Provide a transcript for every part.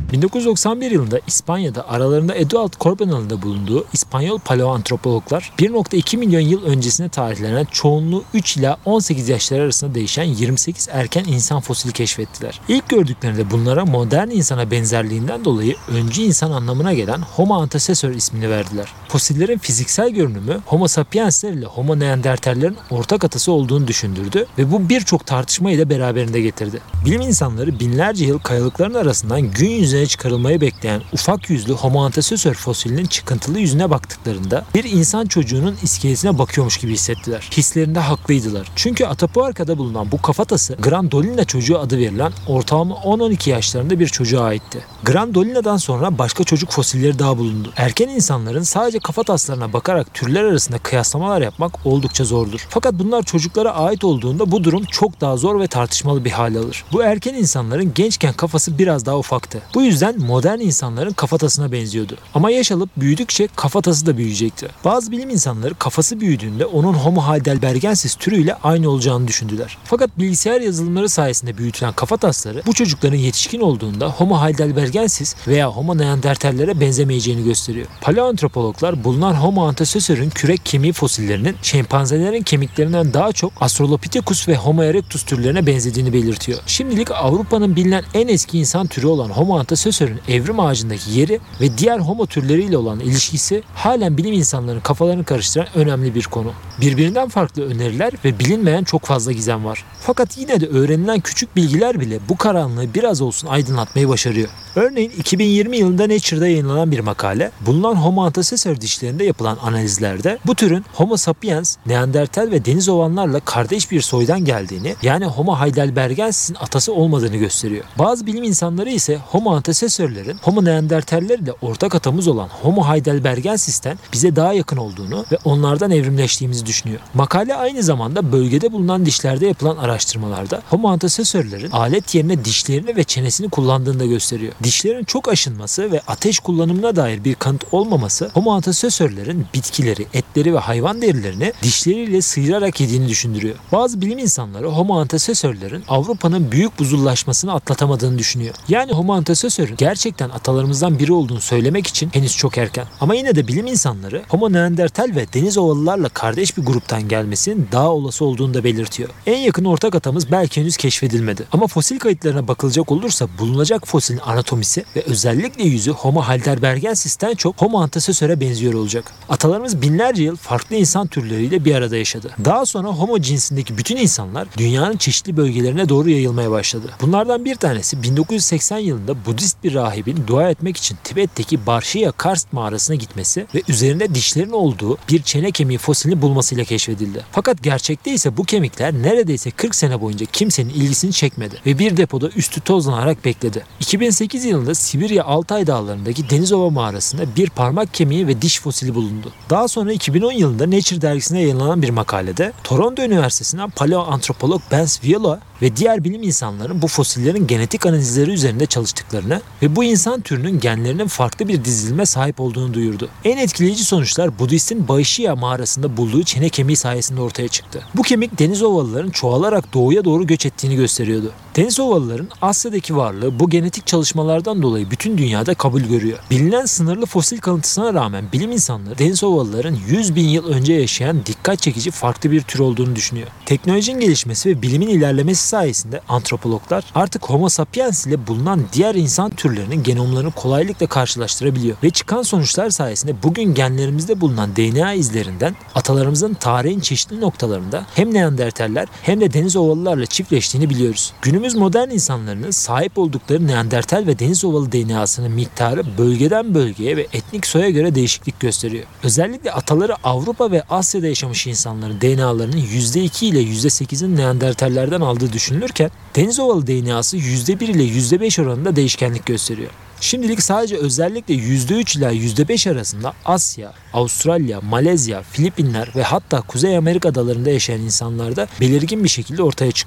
1991 yılında İspanya'da aralarında Eduard Corbenal'ın da bulunduğu İspanyol paleoantropologlar 1,2 milyon yıl öncesine tarihlenen çoğunluğu 3 ila 18 yaşları arasında değişen 28 erken insan fosili keşfettiler. İlk gördüklerinde bunlara modern insana benzerliğinden dolayı öncü insan anlamına gelen Homo antecessor ismini verdiler. Fosillerin fiziksel görünümü Homo sapiensler ile Homo neandertallerin ortak atası olduğunu düşündürdü ve bu birçok tartışmayı da beraberinde getirdi. Bilim insanları binlerce yıl kayalıkların arasından gün yüzüne çıkarılmayı bekleyen ufak yüzlü Homo antecessor fosilinin çıkıntılı yüzüne baktıklarında bir insan çocuğunun iskeletine bakıyormuş gibi hissettiler. Hislerinde haklıydılar. Çünkü Atapuerca'da bulunan bu kafatası Grandolina çocuğu adı verilen ortalama 10-12 yaşlarında bir çocuğa aitti. Grandolina'dan sonra başka çocuk fosilleri daha bulundu. Erken insanların sadece kafataslarına bakarak türler arasında kıyaslamalar yapmak oldukça zordur. Fakat bunlar çocuklara ait olduğunda bu durum çok daha zor ve tartışmalı bir hal alır. Bu erken insanların gençken kafası biraz daha ufaktı. Bu yüzden modern insanların kafatasına benziyordu. Ama yaş alıp büyüdükçe kafatası da büyüyecekti. Bazı bilim insanları kafası büyüdüğünde onun Homo heidelbergensis türüyle aynı olacağını düşündüler. Fakat bilgisayar yazılımları sayesinde büyütülen kafatasları bu çocukların yetişkin olduğunda Homo heidelbergensis veya Homo neandertallere benzemeyeceğini gösteriyor. Paleoantropologlar bulunan Homo antecessor'un kürek kemiği fosillerinin şempanzelerin kemiklerinden daha çok Australopithecus ve Homo erectus türlerine benzediğini belirtiyor. Şimdilik Avrupa'nın bilinen en eski insan türü olan Homo antecessor'un evrim ağacındaki yeri ve diğer Homo türleriyle olan ilişkisi halen bilim insanlarının kafalarını karıştıran önemli bir konu. Birbirinden farklı öneriler ve bilinmeyen çok fazla gizem var. Fakat yine de öğrenilen küçük bilgiler bile bu karanlığı biraz olsun aydınlatmayı başarıyor. Örneğin 2020 yılında Nature'da yayınlanan bir makale, bulunan Homo antecessor dişlerinde yapılan analizlerde bu türün Homo sapiens, Neandertal ve deniz ovanlarla kardeş bir soydan geldiğini, yani Homo heidelbergensis'in atası olmadığını gösteriyor. Bazı bilim insanları ise Homo antecessor'ların Homo neandertaller ile ortak atamız olan Homo heidelbergensis'ten bize daha yakın olduğunu ve onlardan evrimleştiğimizi düşünüyor. Makale aynı zamanda bölgede bulunan dişlerde yapılan araştırmalarda Homo antecessor'ların alet yerine dişlerini ve çenesini kullandığını da gösteriyor. Dişlerin çok aşınması ve ateş kullanımına dair bir kanıt olmaması Homo antecessor'ların bitkileri, etleri ve hayvan derilerini dişleriyle sıyırarak yediğini düşündürüyor. Bazı bilim insanları Homo antecessor'ların Avrupa'nın büyük buzullaşmasını atlatamadığını düşünüyor. Yani Homo antecessor'ın gerçekten atalarımızdan biri olduğunu söylemek için henüz çok erken. Ama yine de bilim insanları Homo neandertal ve deniz ovalılarla kardeş bir gruptan gelmesinin daha olası olduğunu da belirtiyor. En yakın ortak atamız belki henüz keşfedilmedi. Ama fosil kayıtlarına bakılacak olursa bulunacak fosilin anatomisi ve özellikle yüzü Homo heidelbergensis'ten çok Homo antecessor'a benziyor olacak. Atalarımız binlerce yıl farklı insan türleriyle bir arada yaşadı. Daha sonra Homo cinsindeki bütün insanlar dünyanın çeşitli bölgelerine doğru yayılmaya başladı. Bunlardan bir tanesi 1980 yılında Budist bir rahibin dua etmek için Tibet'teki Barşiya Karst mağarasına gitmesi ve üzerinde dişlerin olduğu bir çene kemiği fosilini bulmasıyla keşfedildi. Fakat gerçekte ise bu kemikler neredeyse 40 sene boyunca kimsenin ilgisini çekmedi ve bir depoda üstü tozlanarak bekledi. 2008 yılında Sibirya Altay dağlarındaki Denizova mağarasında bir parmak kemiği ve diş fosili bulundu. Daha sonra 2010 yılında Nature dergisine yayınlanan bir makalede Toronto Üniversitesi'nden paleoantropolog Ben Viola ve diğer bilim insanların bu fosillerin genetik analizleri üzerinde çalıştıklarını ve bu insan türünün genlerinin farklı bir dizilime sahip olduğunu duyurdu. En etkileyici sonuçlar Budist'in Baishiya mağarasında bulduğu çene kemiği sayesinde ortaya çıktı. Bu kemik deniz ovalıların çoğalarak doğuya doğru göç ettiğini gösteriyordu. Deniz ovalıların Asya'daki varlığı bu genetik çalışmalardan dolayı bütün dünyada kabul görüyor. Bilinen sınırlı fosil kalıntısına rağmen bilim insanları deniz ovalıların 100 bin yıl önce yaşayan dikkat çekici farklı bir tür olduğunu düşünüyor. Teknolojinin gelişmesi ve bilimin ilerlemesi sayesinde antropologlar artık Homo sapiens ile bulunan diğer insan türlerinin genomlarını kolaylıkla karşılaştırabiliyor ve çıkan sonuçlar sayesinde bugün genlerimizde bulunan DNA izlerinden atalarımızın tarihin çeşitli noktalarında hem Neandertaller hem de deniz ovalılarla çiftleştiğini biliyoruz. Günümüz modern insanlarının sahip oldukları Neandertal ve deniz ovalı DNA'sının miktarı bölgeden bölgeye ve etnik soya göre değişiklik gösteriyor. Özellikle ataları Avrupa ve Asya'da yaşamış insanların DNA'larının %2 ile %8'in Neandertallerden aldığı düşünülürken deniz ovalı DNA'sı %1 ile %5 oranında değişkenlik gösteriyor. Şimdilik sadece özellikle %3 ila %5 arasında Asya, Avustralya, Malezya, Filipinler ve hatta Kuzey Amerika adalarında yaşayan insanlarda belirgin bir şekilde ortaya çıkıyor.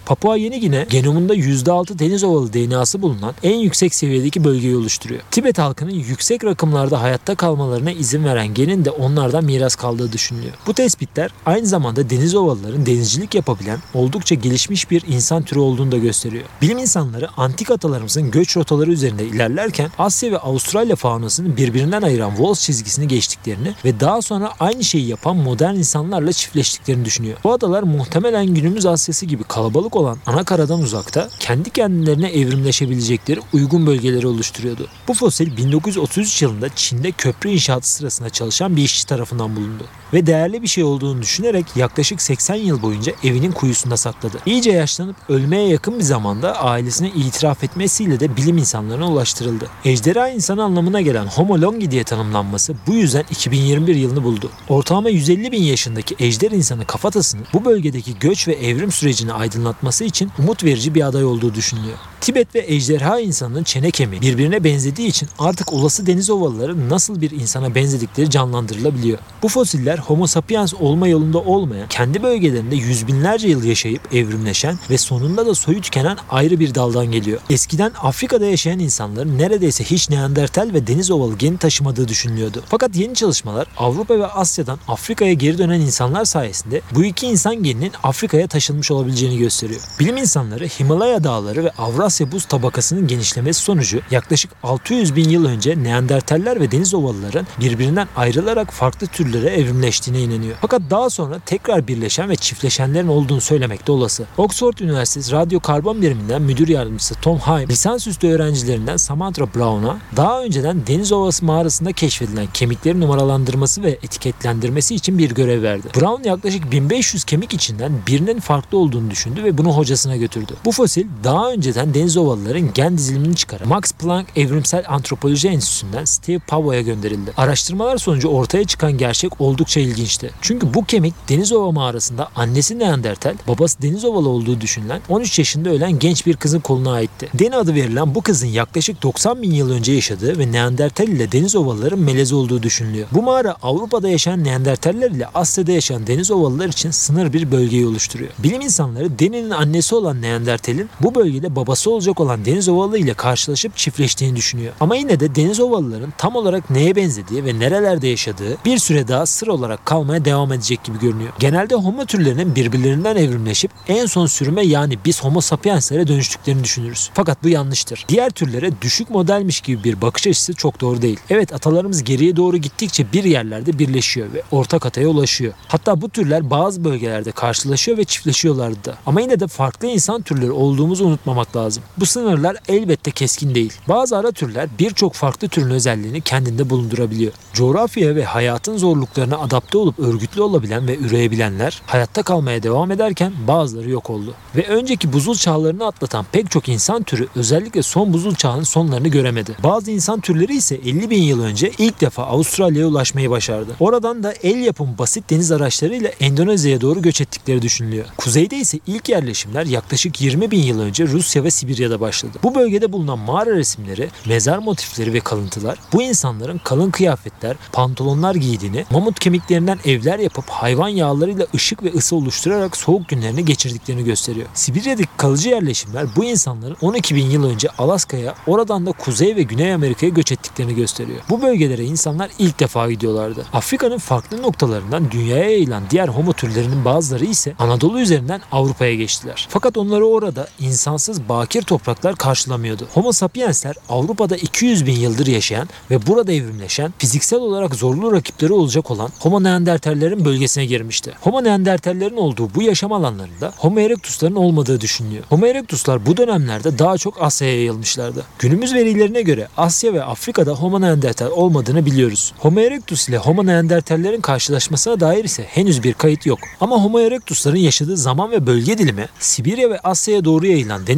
Papua Yeni Gine genomunda %6 deniz ovalı DNA'sı bulunan en yüksek seviyedeki bölgeyi oluşturuyor. Tibet halkının yüksek rakımlarda hayatta kalmalarına izin veren genin de onlardan miras kaldığı düşünülüyor. Bu tespitler aynı zamanda deniz ovalıların denizcilik yapabilen oldukça gelişmiş bir insan türü olduğunu da gösteriyor. Bilim insanları antik atalarımızın göç rotaları üzerinde ilerlerken Asya ve Avustralya faunasını birbirinden ayıran Wallace çizgisini geçtiklerini ve daha sonra aynı şeyi yapan modern insanlarla çiftleştiklerini düşünüyor. Bu adalar muhtemelen günümüz Asya'sı gibi kalabalık olan ana karadan uzakta kendi kendilerine evrimleşebilecekleri uygun bölgeleri oluşturuyordu. Bu fosil 1933 yılında Çin'de köprü inşaatı sırasında çalışan bir işçi tarafından bulundu ve değerli bir şey olduğunu düşünerek yaklaşık 80 yıl boyunca evinin kuyusunda sakladı. İyice yaşlanıp ölmeye yakın bir zamanda ailesine itiraf etmesiyle de bilim insanlarına ulaştırıldı. Ejderha insanı anlamına gelen Homo longi diye tanımlanması bu yüzden 2021 yılını buldu. Ortalama 150 bin yaşındaki ejder insanı kafatasının bu bölgedeki göç ve evrim sürecini aydınlatması için umut verici bir aday olduğu düşünülüyor. Tibet ve ejderha insanının çene kemiği birbirine benzediği için artık olası deniz ovalıları nasıl bir insana benzedikleri canlandırılabiliyor. Bu fosiller Homo sapiens olma yolunda olmayan, kendi bölgelerinde yüz binlerce yıl yaşayıp evrimleşen ve sonunda da soyu tükenen ayrı bir daldan geliyor. Eskiden Afrika'da yaşayan insanların neredeyse hiç Neandertal ve deniz ovalı geni taşımadığı düşünülüyordu. Fakat yeni çalışmalar Avrupa ve Asya'dan Afrika'ya geri dönen insanlar sayesinde bu iki insan geninin Afrika'ya taşınmış olabileceğini gösteriyor. Bilim insanları Himalaya dağları ve Avrasya buz tabakasının genişlemesi sonucu yaklaşık 600 bin yıl önce Neandertaller ve deniz ovalıların birbirinden ayrılarak farklı türlere evrimleştiğine inanıyor. Fakat daha sonra tekrar birleşen ve çiftleşenlerin olduğunu söylemek de olası. Oxford Üniversitesi Radyokarbon Biriminden müdür yardımcısı Tom Haim, lisansüstü öğrencilerinden Samantha Brown'a daha önceden deniz ovası mağarasında keşfedilen kemikleri numaralandırması ve etiketlendirmesi için bir görev verdi. Brown yaklaşık 1500 kemik içinden birinin farklı olduğunu düşündü ve bunu hocasına götürdü. Bu fosil daha önceden deniz ovalıların gen dizilimini çıkaran Max Planck Evrimsel Antropoloji Enstitüsü'nden Steve Pavo'ya gönderildi. Araştırmalar sonucu ortaya çıkan gerçek oldukça ilginçti. Çünkü bu kemik deniz ova mağarasında annesi Neandertal, babası deniz ovalı olduğu düşünülen 13 yaşında ölen genç bir kızın koluna aitti. Deni adı verilen bu kızın yaklaşık 90 bin yıl önce yaşadığı ve Neandertal ile deniz ovalıların melezi olduğu düşünülüyor. Bu mağara Avrupa'da yaşayan Neandertaller ile Asya'da yaşayan deniz ovalılar için sınır bir bölgeyi oluşturuyor. Bilim insanları Deni'nin annesi olan Neandertal'in bu bölgede babası olacak olan deniz ovalı ile karşılaşıp çiftleştiğini düşünüyor. Ama yine de deniz ovalıların tam olarak neye benzediği ve nerelerde yaşadığı bir süre daha sır olarak kalmaya devam edecek gibi görünüyor. Genelde homo türlerinin birbirlerinden evrimleşip en son sürüme yani biz homo sapienslere dönüştüklerini düşünürüz. Fakat bu yanlıştır. Diğer türlere düşük modelmiş gibi bir bakış açısı çok doğru değil. Evet, atalarımız geriye doğru gittikçe bir yerlerde birleşiyor ve ortak ataya ulaşıyor. Hatta bu türler bazı bölgelerde karşılaşıyor ve çiftleşiyorlardı da. Ama yine de farklı insan türleri olduğumuzu unutmamak lazım. Bu sınırlar elbette keskin değil. Bazı ara türler birçok farklı türün özelliğini kendinde bulundurabiliyor. Coğrafyaya ve hayatın zorluklarına adapte olup örgütlü olabilen ve üreyebilenler hayatta kalmaya devam ederken bazıları yok oldu. Ve önceki buzul çağlarını atlatan pek çok insan türü özellikle son buzul çağının sonlarını göremedi. Bazı insan türleri ise 50 bin yıl önce ilk defa Avustralya'ya ulaşmayı başardı. Oradan da el yapımı basit deniz araçlarıyla Endonezya'ya doğru göç ettikleri düşünülüyor. Kuzeyde ise ilk yerleşimler yaklaşık 20 bin yıl önce Rusya ve Sibirya'da başladı. Bu bölgede bulunan mağara resimleri, mezar motifleri ve kalıntılar bu insanların kalın kıyafetler, pantolonlar giydiğini, mamut kemiklerinden evler yapıp hayvan yağlarıyla ışık ve ısı oluşturarak soğuk günlerini geçirdiklerini gösteriyor. Sibirya'daki kalıcı yerleşimler bu insanların 12 bin yıl önce Alaska'ya, oradan da Kuzey ve Güney Amerika'ya göç ettiklerini gösteriyor. Bu bölgelere insanlar ilk defa gidiyorlardı. Afrika'nın farklı noktalarından dünyaya yayılan diğer homo türlerinin bazıları ise Anadolu üzerinden Avrupa'ya geçtiler. Fakat onları orada insansız bakir topraklar karşılamıyordu. Homo sapiensler Avrupa'da 200 bin yıldır yaşayan ve burada evrimleşen, fiziksel olarak zorlu rakipleri olacak olan Homo neandertallerin bölgesine girmişti. Homo neandertallerin olduğu bu yaşam alanlarında Homo erectus'ların olmadığı düşünülüyor. Homo erectus'lar bu dönemlerde daha çok Asya'ya yayılmışlardı. Günümüz verilerine göre Asya ve Afrika'da Homo neandertal olmadığını biliyoruz. Homo erectus ile Homo neandertallerin karşılaşmasına dair ise henüz bir kayıt yok. Ama Homo erectus'ların yaşadığı zaman ve bölge dilimi Sibirya ve Asya'ya doğru yayılan deniz ovalılarının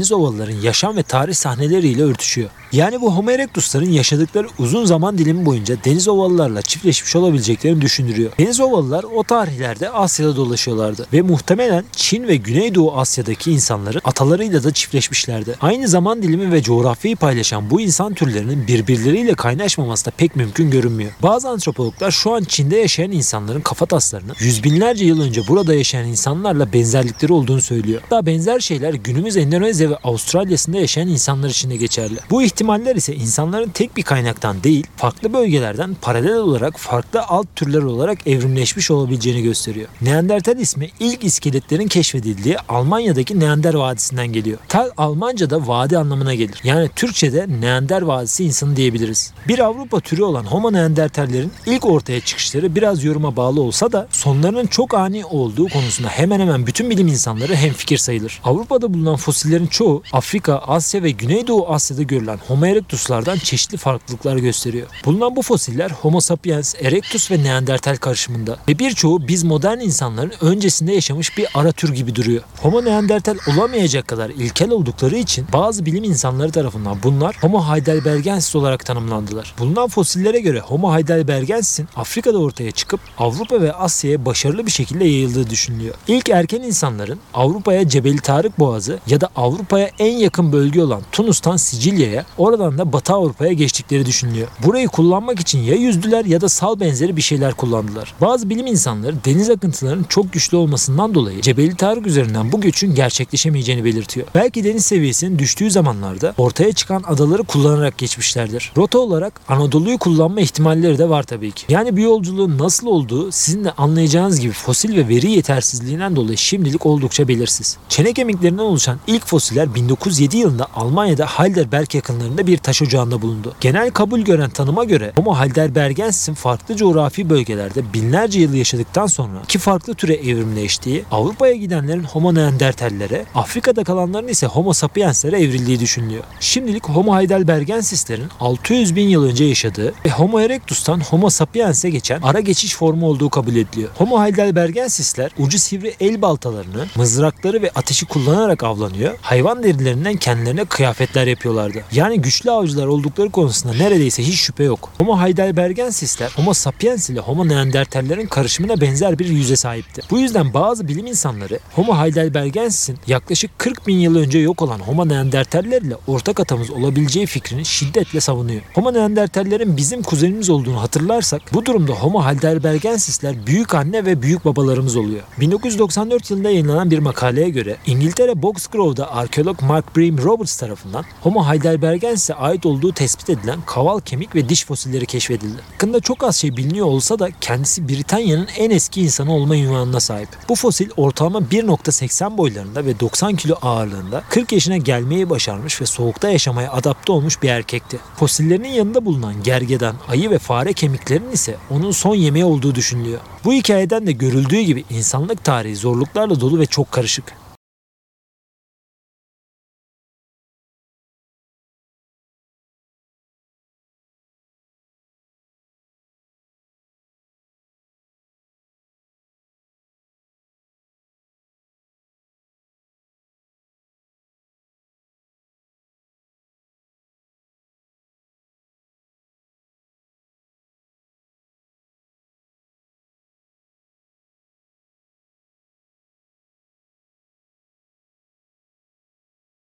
Neandertalların yaşam ve tarih sahneleriyle örtüşüyor. Yani bu Homo erectus'ların yaşadıkları uzun zaman dilimi boyunca deniz ovalılarla çiftleşmiş olabileceklerini düşündürüyor. Deniz ovalılar o tarihlerde Asya'da dolaşıyorlardı ve muhtemelen Çin ve Güneydoğu Asya'daki insanların atalarıyla da çiftleşmişlerdi. Aynı zaman dilimi ve coğrafyayı paylaşan bu insan türlerinin birbirleriyle kaynaşmaması da pek mümkün görünmüyor. Bazı antropologlar şu an Çin'de yaşayan insanların kafataslarını yüz binlerce yıl önce burada yaşayan insanlarla benzerlikleri olduğunu söylüyor. Hatta benzer şeyler günümüz Endonezya ve Avustralya'sında yaşayan insanlar için de geçerli. Bu ihtimaller ise insanların tek bir kaynaktan değil, farklı bölgelerden paralel olarak farklı alt türler olarak evrimleşmiş olabileceğini gösteriyor. Neandertal ismi ilk iskeletlerin keşfedildiği Almanya'daki Neander Vadisi'nden geliyor. Tal Almanca'da vadi anlamına gelir. Yani Türkçe'de Neander Vadisi insanı diyebiliriz. Bir Avrupa türü olan Homo neandertallerin ilk ortaya çıkışları biraz yoruma bağlı olsa da sonlarının çok ani olduğu konusunda hemen hemen bütün bilim insanları hemfikir sayılır. Avrupa'da bulunan fosillerin çoğu Afrika, Asya ve Güneydoğu Asya'da görülen Homo erectus'lardan çeşitli farklılıklar gösteriyor. Bulunan bu fosiller Homo sapiens, erectus ve neandertal karışımında ve birçoğu biz modern insanların öncesinde yaşamış bir ara tür gibi duruyor. Homo neandertal olamayacak kadar ilkel oldukları için bazı bilim insanları tarafından bunlar Homo heidelbergensis olarak tanımlandılar. Bulunan fosillere göre Homo heidelbergensis'in Afrika'da ortaya çıkıp Avrupa ve Asya'ya başarılı bir şekilde yayıldığı düşünülüyor. İlk erken insanların Avrupa'ya Cebeli Tarık Boğazı ya da Avrupa'ya en yakın bölge olan Tunus'tan Sicilya'ya, oradan da Batı Avrupa'ya geçtikleri düşünülüyor. Burayı kullanmak için ya yüzdüler ya da sal benzeri bir şeyler kullandılar. Bazı bilim insanları deniz akıntılarının çok güçlü olmasından dolayı Cebeli Tarık üzerinden bu göçün gerçekleşemeyeceğini belirtiyor. Belki deniz seviyesinin düştüğü zamanlarda ortaya çıkan adaları kullanarak geçmişlerdir. Rota olarak Anadolu'yu kullanma ihtimalleri de var tabii ki. Yani bir yolculuğun nasıl olduğu sizin de anlayacağınız gibi fosil ve veri yetersizliğinden dolayı şimdilik oldukça belirsiz. Çene kemiklerinden oluşan ilk fosiller 1907 yılında Almanya'da Heidelberg yakınlarında bir taş ocağında bulundu. Genel kabul gören tanıma göre Homo heidelbergensis'in farklı coğrafi bölgelerde binlerce yıl yaşadıktan sonra iki farklı türe evrimleştiği, Avrupa'ya gidenlerin Homo neandertallere, Afrika'da kalanların ise Homo sapienslere evrildiği düşünülüyor. Şimdilik Homo heidelbergensis'lerin 600 bin yıl önce yaşadığı ve Homo erectus'tan Homo sapiens'e geçen ara geçiş formu olduğu kabul ediliyor. Homo heidelbergensis'ler ucu sivri el baltalarını, mızrakları ve ateşi kullanarak avlanıyor, hayvan derilerinden kendilerine kıyafetler yapıyorlardı. Yani güçlü avcılar oldukları konusunda neredeyse hiç şüphe yok. Homo heidelbergensis'ler Homo sapiens ile Homo neandertallerin karışımına benzer bir yüze sahipti. Bu yüzden bazı bilim insanları Homo heidelbergensis'in yaklaşık 40 bin yıl önce yok olan Homo neandertaller ile ortak atamız olabileceği fikrini şiddetle savunuyor. Homo neandertallerin bizim kuzenimiz olduğunu hatırlarsak bu durumda Homo heidelbergensis'ler büyük anne ve büyük babalarımız oluyor. 1994 yılında yayınlanan bir makaleye göre İngiltere Boxgrove'da arkeolog Mark Bream Roberts tarafından Homo heidelbergensis'e ait olduğu tespit edilen kaval kemik ve diş fosilleri keşfedildi. Hakkında çok az şey biliniyor olsa da kendisi Britanya'nın en eski insanı olma ünvanına sahip. Bu fosil ortalama 1.80 boylarında ve 90 kilo ağırlığında 40 yaşına gelmeyi başarmış ve soğukta yaşamaya adapte olmuş bir erkekti. Fosillerinin yanında bulunan gergedan, ayı ve fare kemiklerinin ise onun son yemeği olduğu düşünülüyor. Bu hikayeden de görüldüğü gibi insanlık tarihi zorluklarla dolu ve çok karışık.